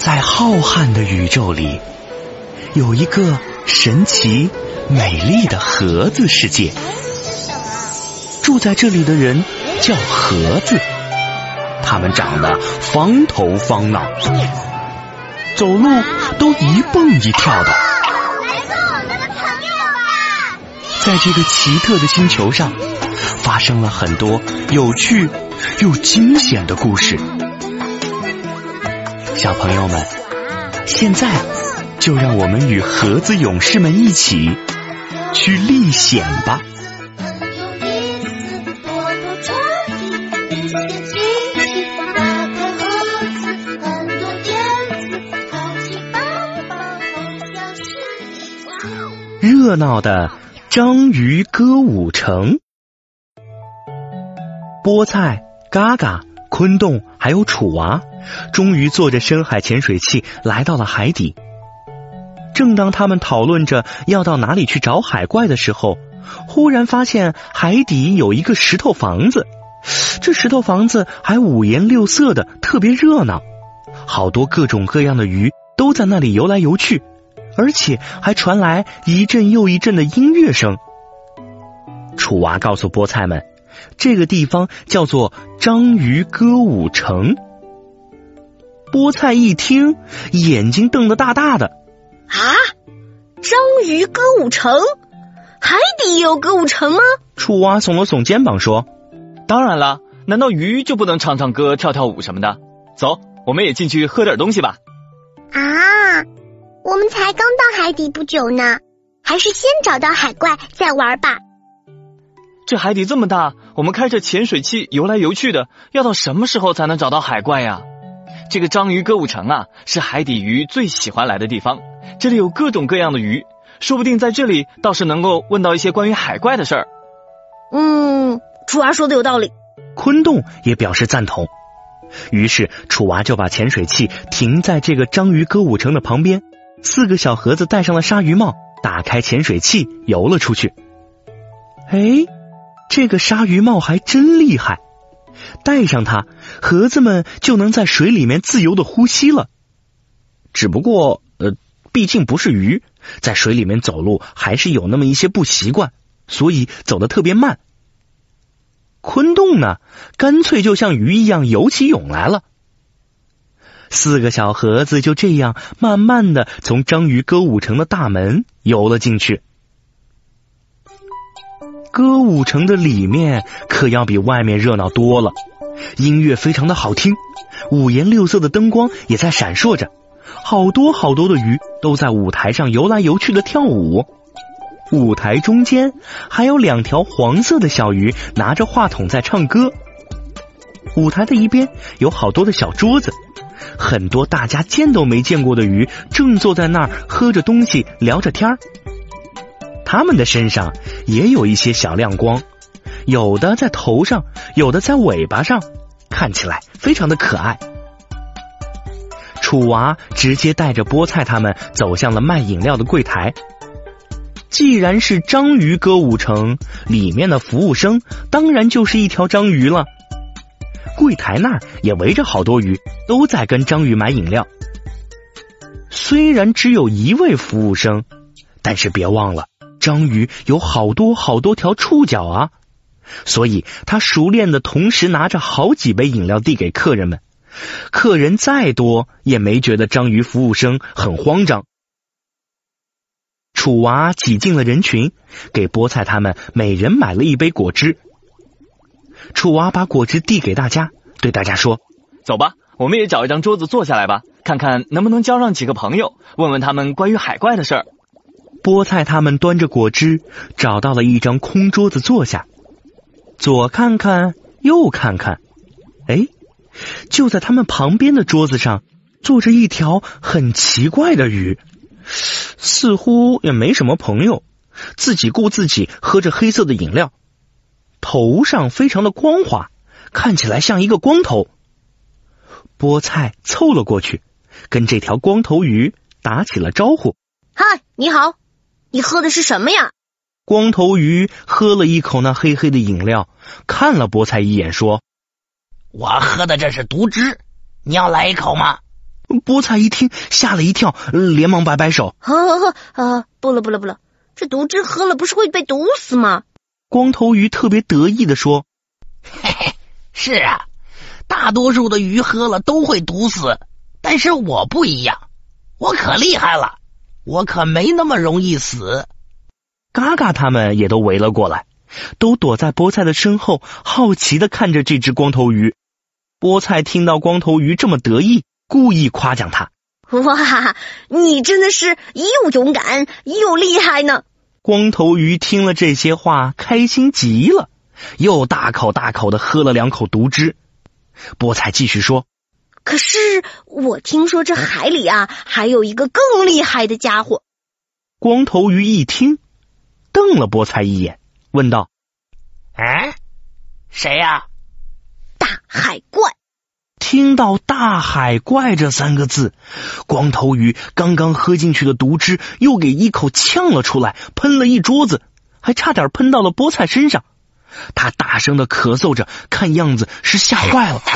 在浩瀚的宇宙里，有一个神奇美丽的盒子世界。住在这里的人叫盒子，他们长得方头方脑，走路都一蹦一跳的。在这个奇特的星球上，发生了很多有趣又惊险的故事。小朋友们，现在就让我们与盒子勇士们一起去历险吧。热闹的章鱼歌舞城，菠菜、嘎嘎、昆洞还有楚娃终于坐着深海潜水器来到了海底。正当他们讨论着要到哪里去找海怪的时候，忽然发现海底有一个石头房子，这石头房子还五颜六色的，特别热闹，好多各种各样的鱼都在那里游来游去，而且还传来一阵又一阵的音乐声。楚娃告诉菠菜们，这个地方叫做章鱼歌舞城。菠菜一听，眼睛瞪得大大的。 啊，章鱼歌舞城？海底也有歌舞城吗？ 楚娃耸了耸肩膀说， 当然了，难道鱼就不能唱唱歌跳跳舞什么的？走，我们也进去喝点东西吧。 啊，我们才刚到海底不久呢，还是先找到海怪再玩吧。 这海底这么大，我们开着潜水器游来游去的，要到什么时候才能找到海怪呀？这个章鱼歌舞城啊，是海底鱼最喜欢来的地方，这里有各种各样的鱼，说不定在这里倒是能够问到一些关于海怪的事儿。 楚娃说的有道理。 昆洞也表示赞同。于是楚娃就把潜水器停在这个章鱼歌舞城的旁边，四个小盒子戴上了鲨鱼帽，打开潜水器游了出去。哎，这个鲨鱼帽还真厉害，戴上它，盒子们就能在水里面自由的呼吸了。只不过毕竟不是鱼，在水里面走路还是有那么一些不习惯，所以走得特别慢。昆洞呢，干脆就像鱼一样游起泳来了。四个小盒子就这样慢慢的从章鱼歌舞城的大门游了进去。歌舞城的里面可要比外面热闹多了，音乐非常的好听，五颜六色的灯光也在闪烁着，好多好多的鱼都在舞台上游来游去的跳舞。舞台中间还有两条黄色的小鱼拿着话筒在唱歌。舞台的一边有好多的小桌子，很多大家见都没见过的鱼正坐在那儿喝着东西聊着天儿。他们的身上也有一些小亮光，有的在头上，有的在尾巴上，看起来非常的可爱。楚娃直接带着菠菜他们走向了卖饮料的柜台。既然是章鱼歌舞城，里面的服务生当然就是一条章鱼了。柜台那儿也围着好多鱼，都在跟章鱼买饮料。虽然只有一位服务生，但是别忘了，章鱼有好多好多条触角啊，所以他熟练的同时拿着好几杯饮料递给客人们。客人再多也没觉得章鱼服务生很慌张。楚娃挤进了人群，给菠菜他们每人买了一杯果汁。楚娃把果汁递给大家，对大家说， 走吧，我们也找一张桌子坐下来吧，看看能不能交上几个朋友，问问他们关于海怪的事儿。 菠菜他们端着果汁找到了一张空桌子坐下，左看看右看看，哎，就在他们旁边的桌子上坐着一条很奇怪的鱼，似乎也没什么朋友，自己顾自己喝着黑色的饮料，头上非常的光滑，看起来像一个光头。菠菜凑了过去，跟这条光头鱼打起了招呼。 嗨，你好，你喝的是什么呀？ 光头鱼喝了一口那黑黑的饮料，看了菠菜一眼说， 我喝的这是毒汁，你要来一口吗？ 菠菜一听吓了一跳，连忙摆摆手。 不了，这毒汁喝了不是会被毒死吗？ 光头鱼特别得意地说： 嘿嘿，是啊，大多数的鱼喝了都会毒死，但是我不一样，我可厉害了，我可没那么容易死。 嘎嘎他们也都围了过来，都躲在菠菜的身后，好奇地看着这只光头鱼。菠菜听到光头鱼这么得意，故意夸奖他： 哇，你真的是又勇敢又厉害呢！ 光头鱼听了这些话，开心极了，又大口大口地喝了2口毒汁。菠菜继续说： 可是我听说这海里啊，还有一个更厉害的家伙。 光头鱼一听，瞪了菠菜一眼，问道： 谁呀？ 大海怪。 听到大海怪这3个字，光头鱼刚刚喝进去的毒汁又给一口呛了出来，喷了一桌子，还差点喷到了菠菜身上。他大声地咳嗽着，看样子是吓坏了。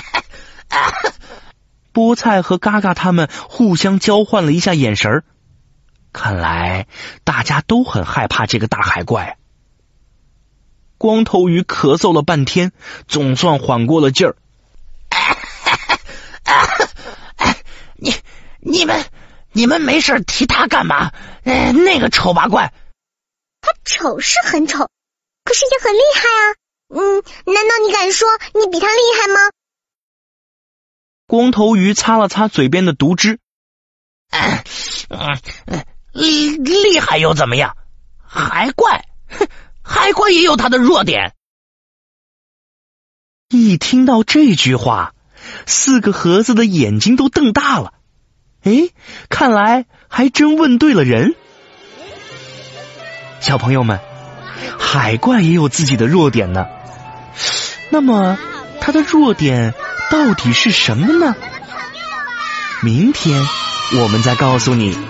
菠菜和嘎嘎他们互相交换了一下眼神，看来大家都很害怕这个大海怪。光头鱼咳嗽了半天，总算缓过了劲儿。 你们没事提他干嘛？那个丑八怪。 他丑是很丑，可是也很厉害啊。难道你敢说你比他厉害吗？ 光头鱼擦了擦嘴边的毒汁。 厉害又怎么样？海怪也有他的弱点。 一听到这句话，4个盒子的眼睛都瞪大了。看来还真问对了人。小朋友们，海怪也有自己的弱点呢。那么它的弱点到底是什么呢？明天我们再告诉你。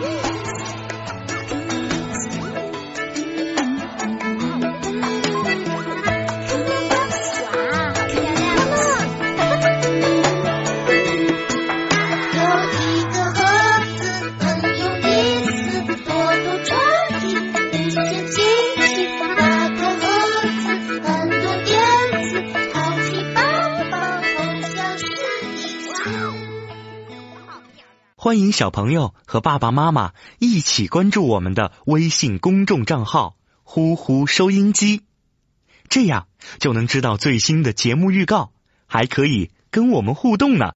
欢迎小朋友和爸爸妈妈一起关注我们的微信公众账号“呼呼收音机”，这样就能知道最新的节目预告，还可以跟我们互动呢。